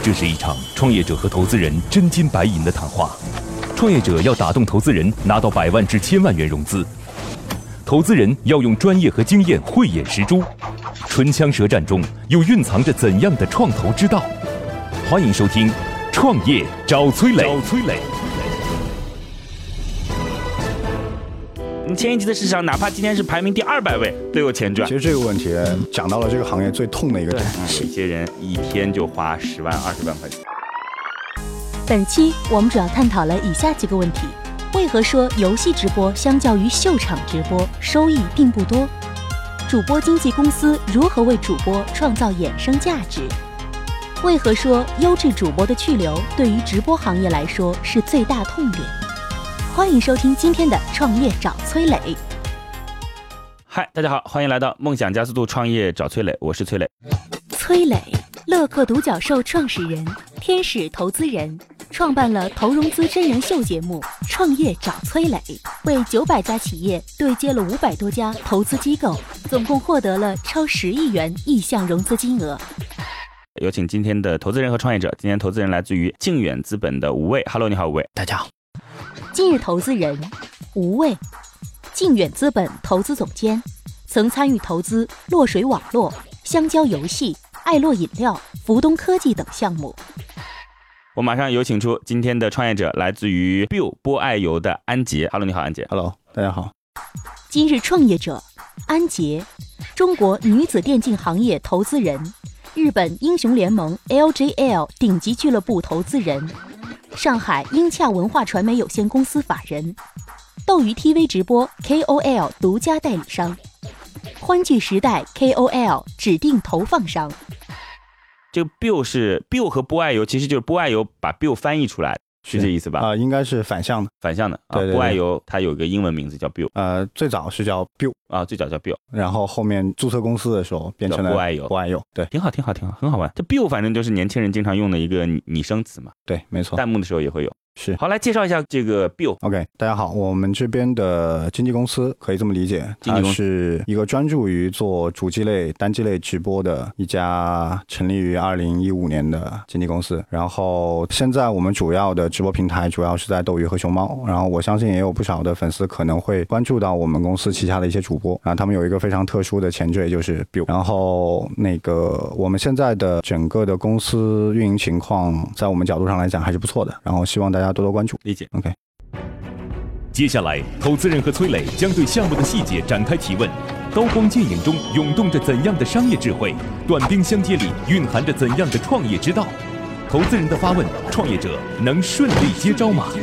这是一场创业者和投资人真金白银的谈话。创业者要打动投资人，拿到100万至1000万元融资；投资人要用专业和经验慧眼识珠。唇枪舌战中，又蕴藏着怎样的创投之道？欢迎收听《创业找崔磊》。 前一集的市场，哪怕今天是排名第200位，都有钱赚。 其实这个问题讲到了这个行业最痛的一个点， 有些人一天就花10万、20万块钱。 本期我们主要探讨了以下几个问题：为何说游戏直播相较于秀场直播收益并不多？主播经纪公司如何为主播创造衍生价值？为何说优质主播的去留对于直播行业来说是最大痛点？欢迎收听今天的创业找崔磊。 嗨，大家好，欢迎来到梦想加速度创业找崔磊，我是崔磊。 崔磊，乐客独角兽创始人，天使投资人，创办了投融资真人秀节目《创业找崔磊》，为900家企业对接了500多家投资机构，总共获得了超10亿元意向融资金额。 有请今天的投资人和创业者。今天投资人来自于靖远资本的吴卫。Hello， 你好，吴卫。 大家好。 今日投资人吴卫，靖远资本投资总监，曾参与投资落水网络、香蕉游戏、爱洛饮料、福东科技等项目。 我马上有请出今天的创业者，来自于 Bill 波爱游的安杰。Hello， 你好，安杰。 Hello， 大家好。 今日创业者安杰，中国女子电竞行业投资人，日本英雄联盟 LJL 顶级俱乐部投资人，上海英洽文化传媒有限公司法人，斗鱼 TV 直播 KOL 独家代理商，欢聚时代 KOL 指定投放商。 这个 Bill 是 Bill 和波爱游，其实就是波爱游把 Bill 翻译出来，是这意思吧？ 应该是反向的。 反向的啊。 对对对， 波爱游它有一个英文名字叫 Bill， 最早是叫 Bill 啊，最早叫 Bill， 然后后面注册公司的时候变成了波爱游。 波爱游，对， 挺好，很好玩。这 Bill 反正就是年轻人经常用的一个拟声词嘛。 对，没错。 弹幕的时候也会有。 是， 好，来介绍一下这个 Bill。 OK， 大家好，我们这边的经纪公司可以这么理解，它是一个专注于做主机类、单机类直播的一家成立于2015年的经纪公司。然后现在我们主要的直播平台主要是在斗鱼和熊猫，然后我相信也有不少的粉丝可能会关注到我们公司旗下的一些主播，然后他们有一个非常特殊的前缀就是 Bill。 然后我们现在的整个的公司运营情况在我们角度上来讲还是不错的，然后希望大家多多关注。 理解。 OK， 接下来投资人和崔磊将对项目的细节展开提问，刀光剑影中涌动着怎样的商业智慧，短兵相接里蕴含着怎样的创业之道？投资人的发问，创业者能顺利接招吗？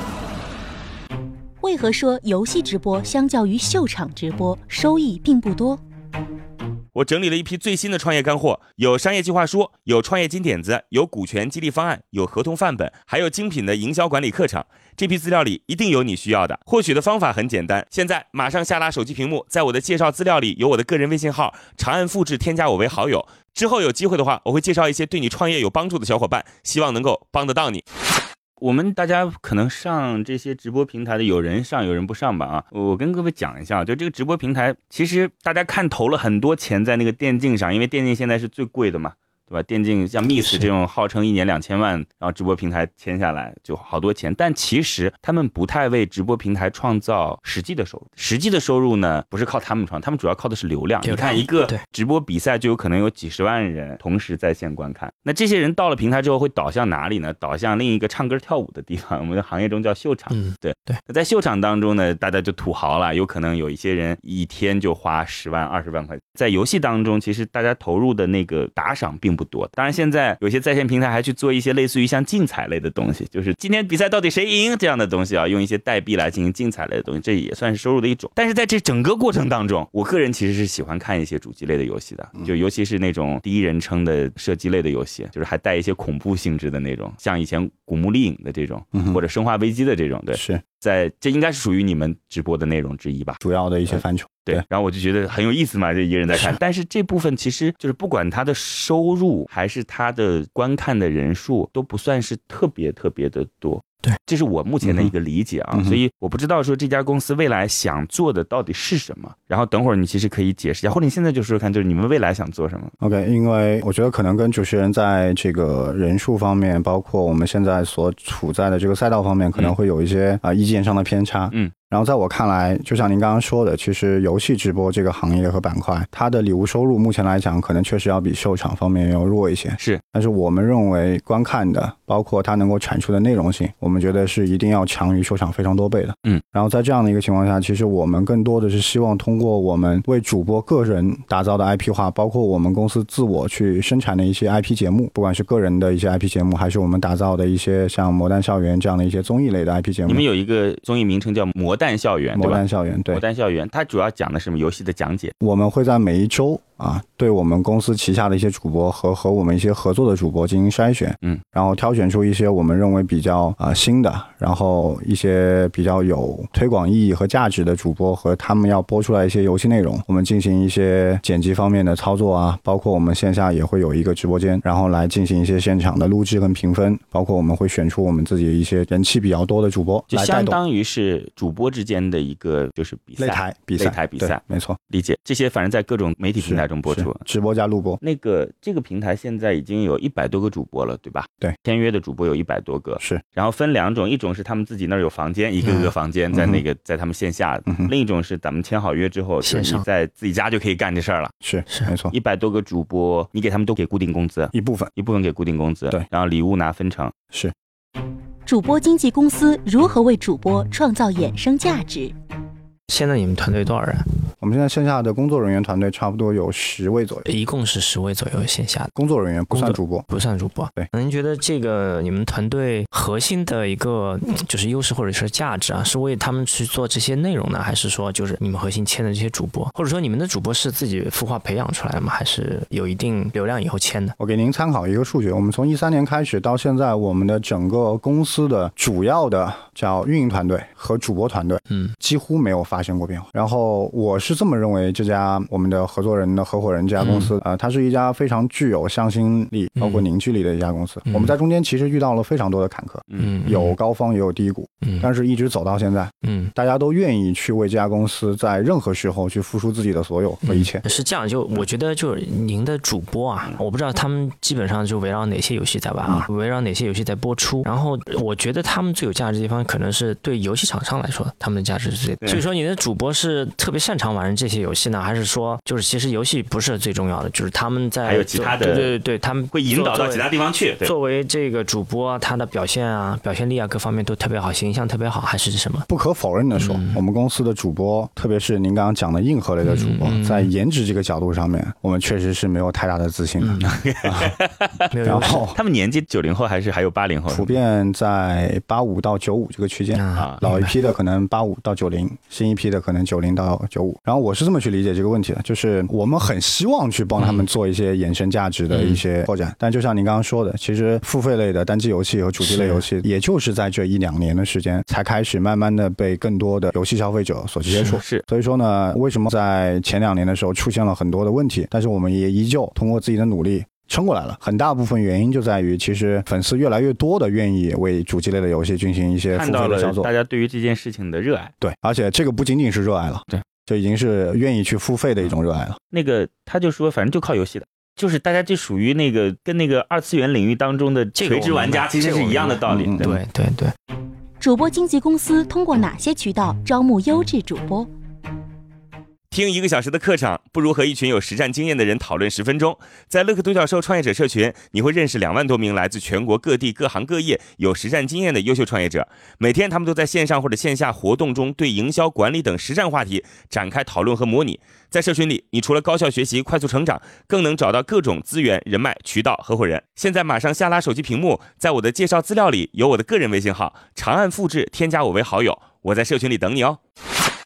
为何说游戏直播相较于秀场直播收益并不多？ 我整理了一批最新的创业干货，有商业计划书，有创业金点子，有股权激励方案，有合同范本，还有精品的营销管理课程。这批资料里一定有你需要的。获取的方法很简单，现在马上下拉手机屏幕，在我的介绍资料里有我的个人微信号，长按复制添加我为好友。之后有机会的话，我会介绍一些对你创业有帮助的小伙伴，希望能够帮得到你。我们大家可能上这些直播平台的有人上有人不上吧啊！我跟各位讲一下，就这个直播平台，其实大家看投了很多钱在那个电竞上，因为电竞现在是最贵的嘛，对吧？电竞像 Miss 这种号称1年2000万，然后直播平台签下来就好多钱，但其实他们不太为直播平台创造实际的收入。实际的收入呢，不是靠他们创，他们主要靠的是流量。你看一个直播比赛就有可能有几十万人同时在线观看，那这些人到了平台之后会导向哪里呢？导向另一个唱歌跳舞的地方，我们的行业中叫秀场。对。那在秀场当中呢，大家就土豪了，有可能有一些人一天就花10万、20万块钱。在游戏当中，其实大家投入的那个打赏并不多。当然现在有些在线平台还去做一些类似于像竞彩类的东西，就是今天比赛到底谁赢这样的东西啊，用一些代币来进行竞彩类的东西，这也算是收入的一种。但是在这整个过程当中，我个人其实是喜欢看一些主机类的游戏的，就尤其是那种第一人称的射击类的游戏，就是还带一些恐怖性质的那种，像以前古墓丽影的这种，或者生化危机的这种。对， 是在这应该是属于你们直播的内容之一吧， 主要的一些范畴。 对，然后我就觉得很有意思嘛，就一个人在看。但是这部分其实就是不管他的收入还是他的观看的人数都不算是特别的多。 对， 这是我目前的一个理解啊。所以我不知道说这家公司未来想做的到底是什么。然后等会儿你其实可以解释一下，或者你现在就说说看，就是你们未来想做什么。 OK， 因为我觉得可能跟主持人在这个人数方面，包括我们现在所处在的这个赛道方面，可能会有一些意见上的偏差。然后在我看来，就像您刚刚说的，其实游戏直播这个行业和板块，它的礼物收入目前来讲，可能确实要比秀场方面要弱一些。 是， 但是我们认为观看的，包括它能够产出的内容性，我们觉得是一定要强于秀场非常多倍的。然后在这样的一个情况下，其实我们更多的是希望通过我们为主播个人打造的 IP 化，包括我们公司自我去生产的一些 IP 节目，不管是个人的一些 IP 节目，还是我们打造的一些像魔弹校园这样的一些综艺类的 IP 节目。 你们有一个综艺名称叫魔弹校园，对吧？ 魔弹校园，对， 魔弹校园，它主要讲的是什么游戏的讲解？ 我们会在每一周对我们公司旗下的一些主播和我们一些合作的主播进行筛选，然后挑选出一些我们认为比较新的，然后一些比较有推广意义和价值的主播和他们要播出来一些游戏内容，我们进行一些剪辑方面的操作啊，包括我们线下也会有一个直播间，然后来进行一些现场的录制跟评分，包括我们会选出我们自己一些人气比较多的主播， 就相当于是主播之间的一个就是比赛，擂台比赛， 没错， 理解。这些反正在各种媒体平台中播出， 直播加录播。 这个平台现在已经有100多个主播了，对吧？ 对， 签约的主播有100多个， 是。 然后分2种，一种是他们自己那儿有房间，一个个房间在在他们线下，另一种是咱们签好约之后，你在自己家就可以干这事儿了。 是没错。 100多个主播，你给他们都给固定工资，一部分给固定工资， 对， 然后礼物拿分成。 是。 主播经纪公司如何为主播创造衍生价值？ 现在你们团队多少人？ 我们现在线下的工作人员团队差不多有10位左右， 一共是10位左右线下的工作人员，不算主播， 对。您觉得这个你们团队核心的一个就是优势或者是价值是为他们去做这些内容呢，还是说就是你们核心签的这些主播，或者说你们的主播是自己孵化培养出来的吗？还是有一定流量以后签的？ 我给您参考一个数据，我们从13年开始到现在，我们的整个公司的主要的叫运营团队和主播团队，几乎没有发生过变化。然后我是这么认为，这家我们的合作人的合伙人这家公司它是一家非常具有向心力包括凝聚力的一家公司。我们在中间其实遇到了非常多的坎坷，有高峰也有低谷，但是一直走到现在，大家都愿意去为这家公司在任何时候去付出自己的所有和一切。 是这样，就我觉得就是您的主播我不知道他们基本上就围绕哪些游戏在玩围绕哪些游戏在播出，然后我觉得他们最有价值的地方可能是对游戏厂商来说他们的价值是最大。所以说你的主播是特别擅长玩这些游戏呢，还是说就是其实游戏不是最重要的，就是他们在还有其他的， 对，他们会引导到其他地方去。 作为这个主播，他的表现力各方面都特别好，形象特别好，还是什么？ 不可否认的说，我们公司的主播，特别是您刚刚讲的硬核类的主播，在颜值这个角度上面，我们确实是没有太大的自信的。然后他们年纪90后还有80后， 普遍在85到95这个区间老一批的可能85到90，新一批的可能90到95。然后我是这么去理解这个问题的，就是我们很希望去帮他们做一些衍生价值的一些拓展，但就像您刚刚说的，其实付费类的单机游戏和主机类游戏，也就是在这1-2年的时间才开始慢慢的被更多的游戏消费者所接触。 是， 所以说呢，为什么在前2年的时候出现了很多的问题，但是我们也依旧通过自己的努力撑过来了。很大部分原因就在于，其实粉丝越来越多的愿意为主机类的游戏进行一些付费的操作， 大家对于这件事情的热爱。 对，而且这个不仅仅是热爱了， 对， 就已经是愿意去付费的一种热爱了。 他就说，反正就靠游戏的。就是大家就属于那个跟那个2次元领域当中的垂直玩家，其实是一样的道理。 对。 主播经纪公司通过哪些渠道招募优质主播？ 听1个小时的课程，不如和一群有实战经验的人讨论10分钟。在乐客独角兽创业者社群，你会认识2万多名来自全国各地各行各业有实战经验的优秀创业者。每天他们都在线上或者线下活动中对营销管理等实战话题展开讨论和模拟。在社群里，你除了高效学习、快速成长，更能找到各种资源、人脉、渠道、合伙人。现在马上下拉手机屏幕，在我的介绍资料里有我的个人微信号，长按复制添加我为好友，我在社群里等你哦。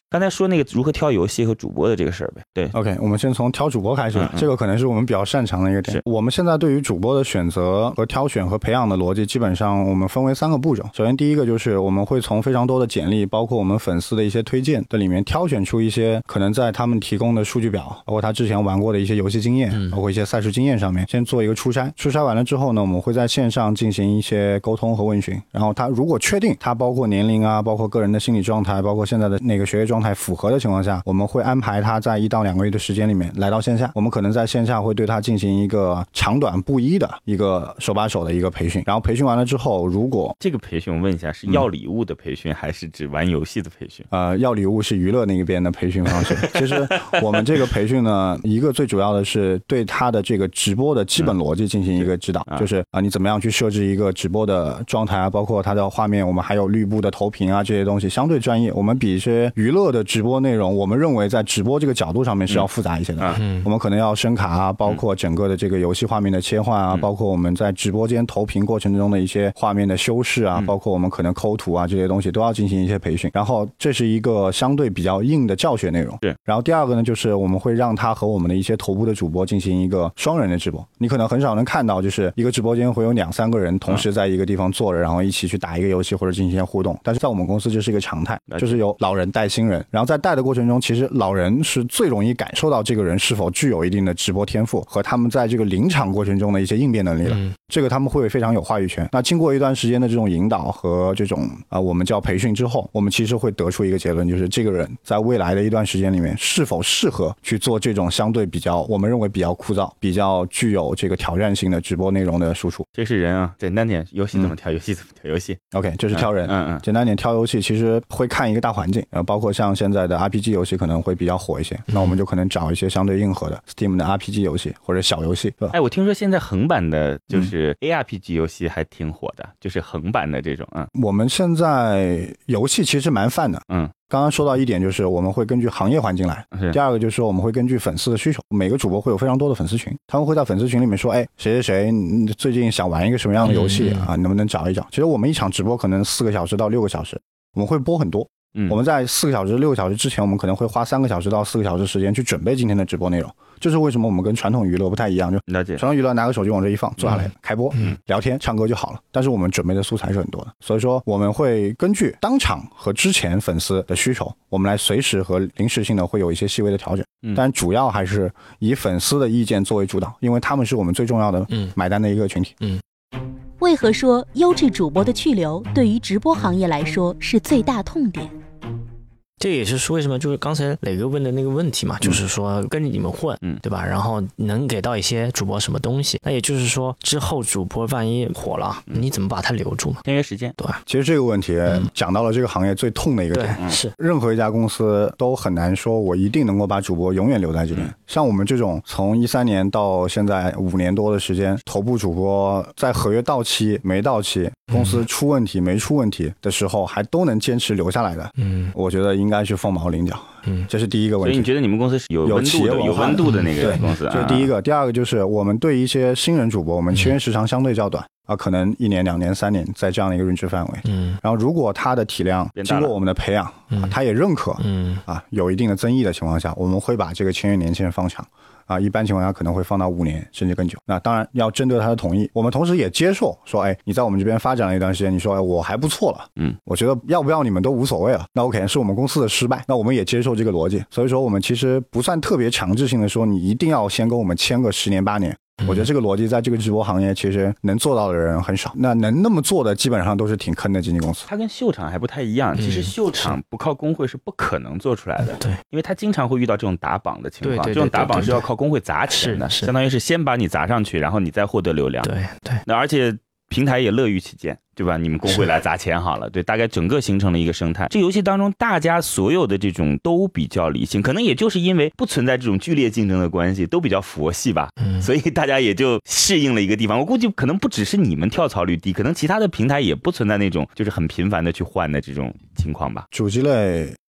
刚才说那个如何挑游戏和主播的这个事儿呗。对 ，OK， 我们先从挑主播开始，这个可能是我们比较擅长的一个点。我们现在对于主播的选择和挑选和培养的逻辑，基本上我们分为3个步骤。首先第一个就是我们会从非常多的简历，包括我们粉丝的一些推荐的里面挑选出一些可能在他们提供的数据表，包括他之前玩过的一些游戏经验，包括一些赛事经验上面，先做一个初筛。初筛完了之后呢，我们会在线上进行一些沟通和问询，然后他如果确定他包括年龄啊，包括个人的心理状态，包括现在的那个学业状态符合的情况下，我们会安排他在1到2个月的时间里面来到线下。我们可能在线下会对他进行一个长短不一的一个手把手的一个培训，然后培训完了之后，如果这个培训我问一下，是要礼物的培训还是指玩游戏的培训？ 要礼物是娱乐那边的培训方式。其实我们这个培训呢，一个最主要的是对他的这个直播的基本逻辑进行一个指导，就是你怎么样去设置一个直播的状态啊，包括它的画面，我们还有绿布的投屏啊，这些东西相对专业。我们比一些娱乐的直播内容，我们认为在直播这个角度上面是要复杂一些的。我们可能要声卡啊，包括整个的这个游戏画面的切换啊，包括我们在直播间投屏过程中的一些画面的修饰啊，包括我们可能抠图啊，这些东西都要进行一些培训。然后这是一个相对比较硬的教学内容。然后第二个呢，就是我们会让他和我们的一些头部的主播进行一个双人的直播。你可能很少能看到，就是一个直播间会有2、3个人同时在一个地方坐着，然后一起去打一个游戏或者进行一些互动。但是在我们公司这是一个常态，就是有老人带新人，然后在带的过程中，其实老人是最容易感受到这个人是否具有一定的直播天赋和他们在这个临场过程中的一些应变能力了。这个他们会非常有话语权。那经过一段时间的这种引导和这种我们叫培训之后，我们其实会得出一个结论，就是这个人在未来的一段时间里面是否适合去做这种相对比较我们认为比较枯燥、比较具有这个挑战性的直播内容的输出。 这是人啊，简单点，游戏怎么挑游戏怎么挑游戏。 OK， 这是挑人。简单点挑游戏，其实会看一个大环境，包括像现在的 RPG 游戏可能会比较火一些，那我们就可能找一些相对硬核的 Steam 的 RPG 游戏或者小游戏。 我听说现在横版的就是 ARPG 游戏还挺火的，就是横版的这种。 我们现在游戏其实蛮泛的。刚刚说到一点，就是我们会根据行业环境来。第二个就是说我们会根据粉丝的需求，每个主播会有非常多的粉丝群，他们会在粉丝群里面说，谁谁谁最近想玩一个什么样的游戏啊，能不能找一找。其实我们一场直播可能4个小时到6个小时，我们会播很多。我们在4个小时、6个小时之前，我们可能会花3个小时到4个小时时间去准备今天的直播内容。这是为什么我们跟传统娱乐不太一样，就传统娱乐拿个手机往这一放，坐下来开播，聊天唱歌就好了。但是我们准备的素材是很多的，所以说我们会根据当场和之前粉丝的需求，我们来随时和临时性的会有一些细微的调整。但主要还是以粉丝的意见作为主导，因为他们是我们最重要的买单的一个群体。 为何说优质主播的去留对于直播行业来说是最大痛点？ 这也是为什么就是刚才磊哥问的那个问题嘛，就是说跟着你们混，对吧？然后能给到一些主播什么东西？那也就是说之后主播万一火了，你怎么把他留住呢？ 签约时间， 对吧？ 其实这个问题讲到了这个行业最痛的一个点， 是任何一家公司都很难说我一定能够把主播永远留在这边。像我们这种从13年到现在5年多的时间，头部主播在合约到期没到期，公司出问题没出问题的时候，还都能坚持留下来的，我觉得应该是凤毛麟角。这是第一个问题。 所以你觉得你们公司是有温度的那个公司？ 这是第一个。第二个就是我们对一些新人主播，我们签约时长相对较短。可能1年、2年、3年在这样的一个认知范围。然后如果他的体量经过我们的培养，他也认可，有一定的增益的情况下，我们会把这个签约年限放长。一般情况下可能会放到5年甚至更久。那当然要征得他的同意，我们同时也接受说，你在我们这边发展了一段时间，你说我还不错了，我觉得要不要你们都无所谓了。那 OK， 是我们公司的失败，那我们也接受这个逻辑。所以说我们其实不算特别强制性的说你一定要先跟我们签个10年8年。我觉得这个逻辑在这个直播行业其实能做到的人很少，那能那么做的基本上都是挺坑的经纪公司。 它跟秀场还不太一样，其实秀场不靠工会是不可能做出来的， 对， 因为他经常会遇到这种打榜的情况，这种打榜是要靠工会砸钱的，相当于是先把你砸上去，然后你再获得流量。 对， 那而且平台也乐于其见，对吧？你们工会来砸钱好了，对，大概整个形成了一个生态。这游戏当中，大家所有的这种都比较理性，可能也就是因为不存在这种剧烈竞争的关系，都比较佛系吧，所以大家也就适应了一个地方。我估计可能不只是你们跳槽率低，可能其他的平台也不存在那种就是很频繁的去换的这种情况吧。 主机类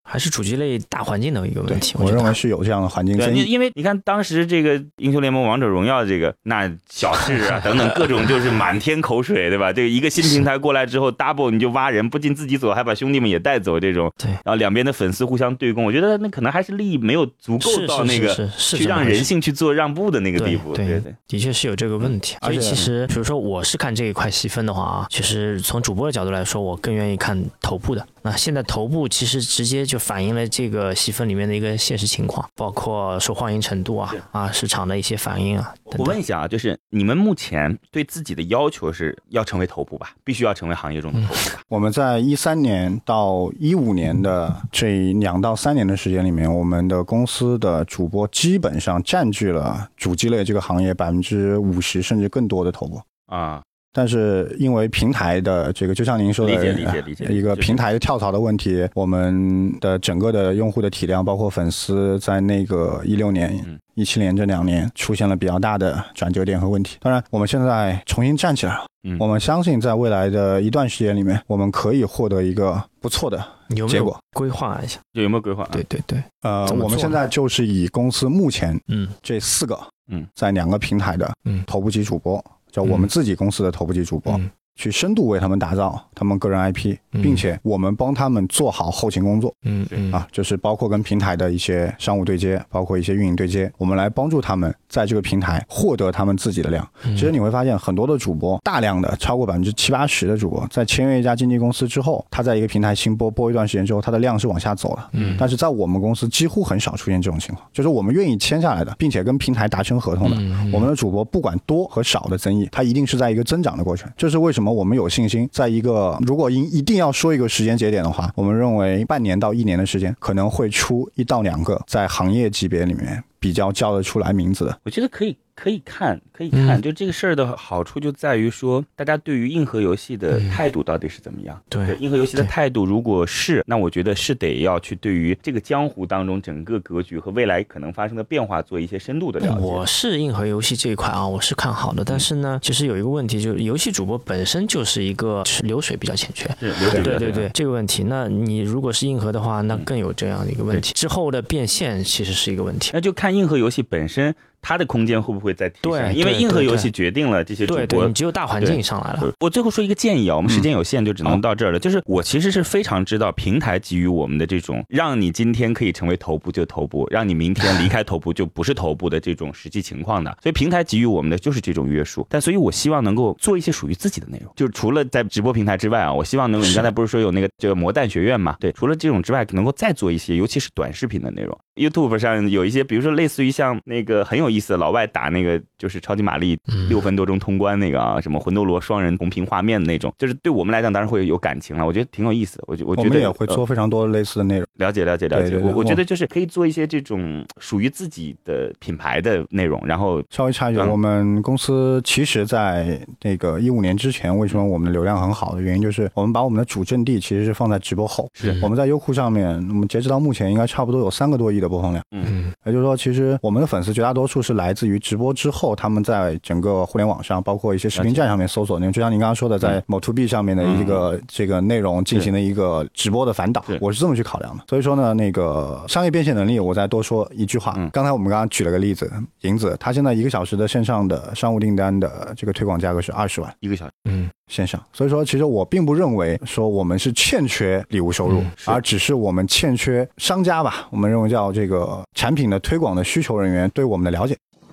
还是主机类大环境的一个问题。 我认为是有这样的环境。 对，因为你看当时这个英雄联盟、王者荣耀这个那小事啊等等各种就是满天口水，对吧？这个一个新平台过来之后 ，double 你就挖人，不仅自己走，还把兄弟们也带走，这种。 对。 然后两边的粉丝互相对攻，我觉得那可能还是利益没有足够到那个去让人性去做让步的那个地步。 对，的确是有这个问题。所以其实比如说我是看这一块细分的话啊，其实从主播的角度来说，我更愿意看头部的。那现在头部其实直接就反映了这个细分里面的一个现实情况，包括受欢迎程度啊，市场的一些反应啊等等。 我问一下啊，就是你们目前对自己的要求是要成为头部吧？必须要成为行业中的头部吧？ 我们在13年到15年的这2到3年的时间里面，我们的公司的主播基本上占据了主机类这个行业50%甚至更多的头部啊。 但是因为平台的这个，就像您说的， 理解一个平台的跳槽的问题，我们的整个的用户的体量，包括粉丝，在那个16年、17年这2年出现了比较大的转折点和问题。当然，我们现在重新站起来了。我们相信在未来的一段时间里面，我们可以获得一个不错的结果。 有没有规划一下？ 有没有规划？ 对。 我们现在就是以公司目前这4个在2个平台的头部级主播。叫我们自己公司的头部级主播，去深度为他们打造他们个人 IP，并且我们帮他们做好后勤工作。就是包括跟平台的一些商务对接，包括一些运营对接，我们来帮助他们在这个平台获得他们自己的量。其实你会发现很多的主播，大量的超过70-80%的主播，在签约一家经纪公司之后，他在一个平台新播一段时间之后，他的量是往下走的。但是在我们公司几乎很少出现这种情况，就是我们愿意签下来的，并且跟平台达成合同的，我们的主播不管多和少的增益，它一定是在一个增长的过程。这是为什么我们有信心，在一个如果一定要说一个时间节点的话，我们认为半年到1年的时间，可能会出1到2个在行业级别里面比较叫得出来名字的。 我觉得可以看，就这个事儿的好处就在于说，大家对于硬核游戏的态度到底是怎么样？对硬核游戏的态度，如果是，那我觉得是得要去对于这个江湖当中整个格局和未来可能发生的变化做一些深度的了解。 我是硬核游戏这一块啊，我是看好的，但是呢，其实有一个问题，就是游戏主播本身就是一个流水比较欠缺。对，这个问题，那你如果是硬核的话，那更有这样的一个问题，之后的变现其实是一个问题。 那就看硬核游戏本身它的空间会不会再提升？因为硬核游戏决定了这些主播。 对，你只有大环境上来了。 我最后说一个建议啊，我们时间有限，就只能到这儿了。就是我其实是非常知道平台给予我们的这种，让你今天可以成为头部就头部，让你明天离开头部就不是头部的这种实际情况的。所以平台给予我们的就是这种约束。但所以我希望能够做一些属于自己的内容，就是除了在直播平台之外啊，我希望能够，你刚才不是说有那个这个魔弹学院嘛？对，除了这种之外，能够再做一些，尤其是短视频的内容。YouTube 上有一些，比如说类似于像那个很有意思的老外打那个就是超级玛丽6分多钟通关那个啊，什么魂斗罗双人同屏画面的那种，就是对我们来讲当然会有感情了，我觉得挺有意思的。我觉得我们也会做非常多类似的内容。 了解。我觉得就是可以做一些这种属于自己的品牌的内容。然后稍微插一句，我们公司其实在那个15年之前，为什么我们的流量很好的原因，就是我们把我们的主阵地其实是放在直播后。是我们在优酷上面，我们截止到目前应该差不多有3个多亿的播放量。也就是说，其实我们的粉丝绝大多数是来自于直播之后，他们在整个互联网上，包括一些视频站上面搜索内容，就像您刚刚说的，在某 to B 上面的一个这个内容进行了一个直播的反导，我是这么去考量的。所以说呢，那个商业变现能力，我再多说一句话。刚才我们刚刚举了个例子，银子，他现在1个小时的线上的商务订单的这个推广价格是20万 1个小时， 线上。所以说，其实我并不认为说我们是欠缺礼物收入，而只是我们欠缺商家吧，我们认为叫这个产品的推广的需求人员对我们的了解。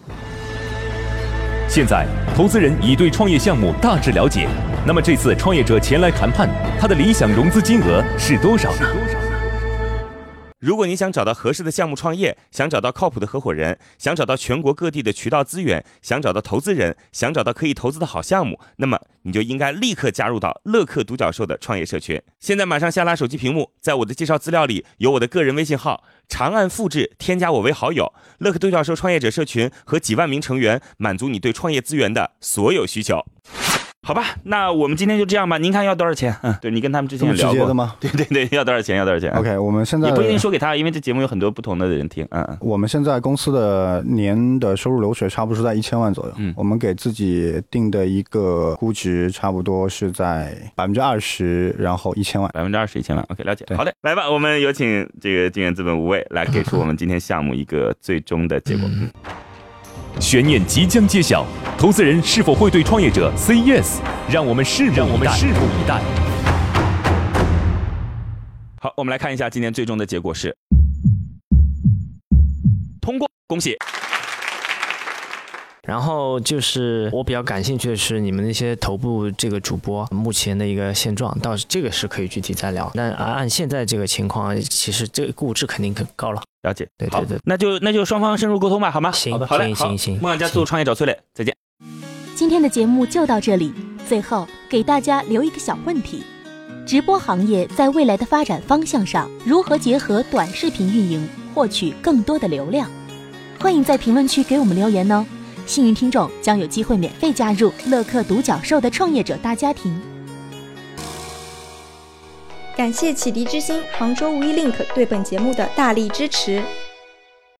现在投资人已对创业项目大致了解，那么这次创业者前来谈判，他的理想融资金额是多少呢？ 如果你想找到合适的项目创业，想找到靠谱的合伙人，想找到全国各地的渠道资源，想找到投资人，想找到可以投资的好项目，那么你就应该立刻加入到乐客独角兽的创业社群。现在马上下拉手机屏幕，在我的介绍资料里有我的个人微信号，长按复制添加我为好友。乐客独角兽创业者社群和几万名成员，满足你对创业资源的所有需求。 好吧，那我们今天就这样吧。您看要多少钱？对，你跟他们之前也聊过。 直接的吗？ 对，要多少钱 ？OK， 我们现在也不一定说给他，因为这节目有很多不同的人听。 我们现在公司的年的收入流水差不多是在1000万左右。我们给自己定的一个估值差不多是在20%，然后1000万 ，20%1000万。OK， 了解。好的，来吧，我们有请这个金源资本吴畏来给出我们今天项目一个最终的结果。 悬念即将揭晓，投资人是否会对创业者 say yes？ 让我们拭目以待。 好，我们来看一下今天最终的结果是通过，恭喜。 然后就是我比较感兴趣的是你们那些头部这个主播目前的一个现状，倒是这个是可以具体再聊。但按现在这个情况，其实这个估值肯定更高了。 了解， 对， 那就双方深入沟通吧，好吗？ 行， 好嘞， 行。 梦想家族创业找崔磊，再见。 今天的节目就到这里，最后给大家留一个小问题：直播行业在未来的发展方向上，如何结合短视频运营，获取更多的流量？欢迎在评论区给我们留言哦。幸运听众将有机会免费加入乐客独角兽的创业者大家庭。 感谢启迪之星、杭州无一 link 对本节目的大力支持。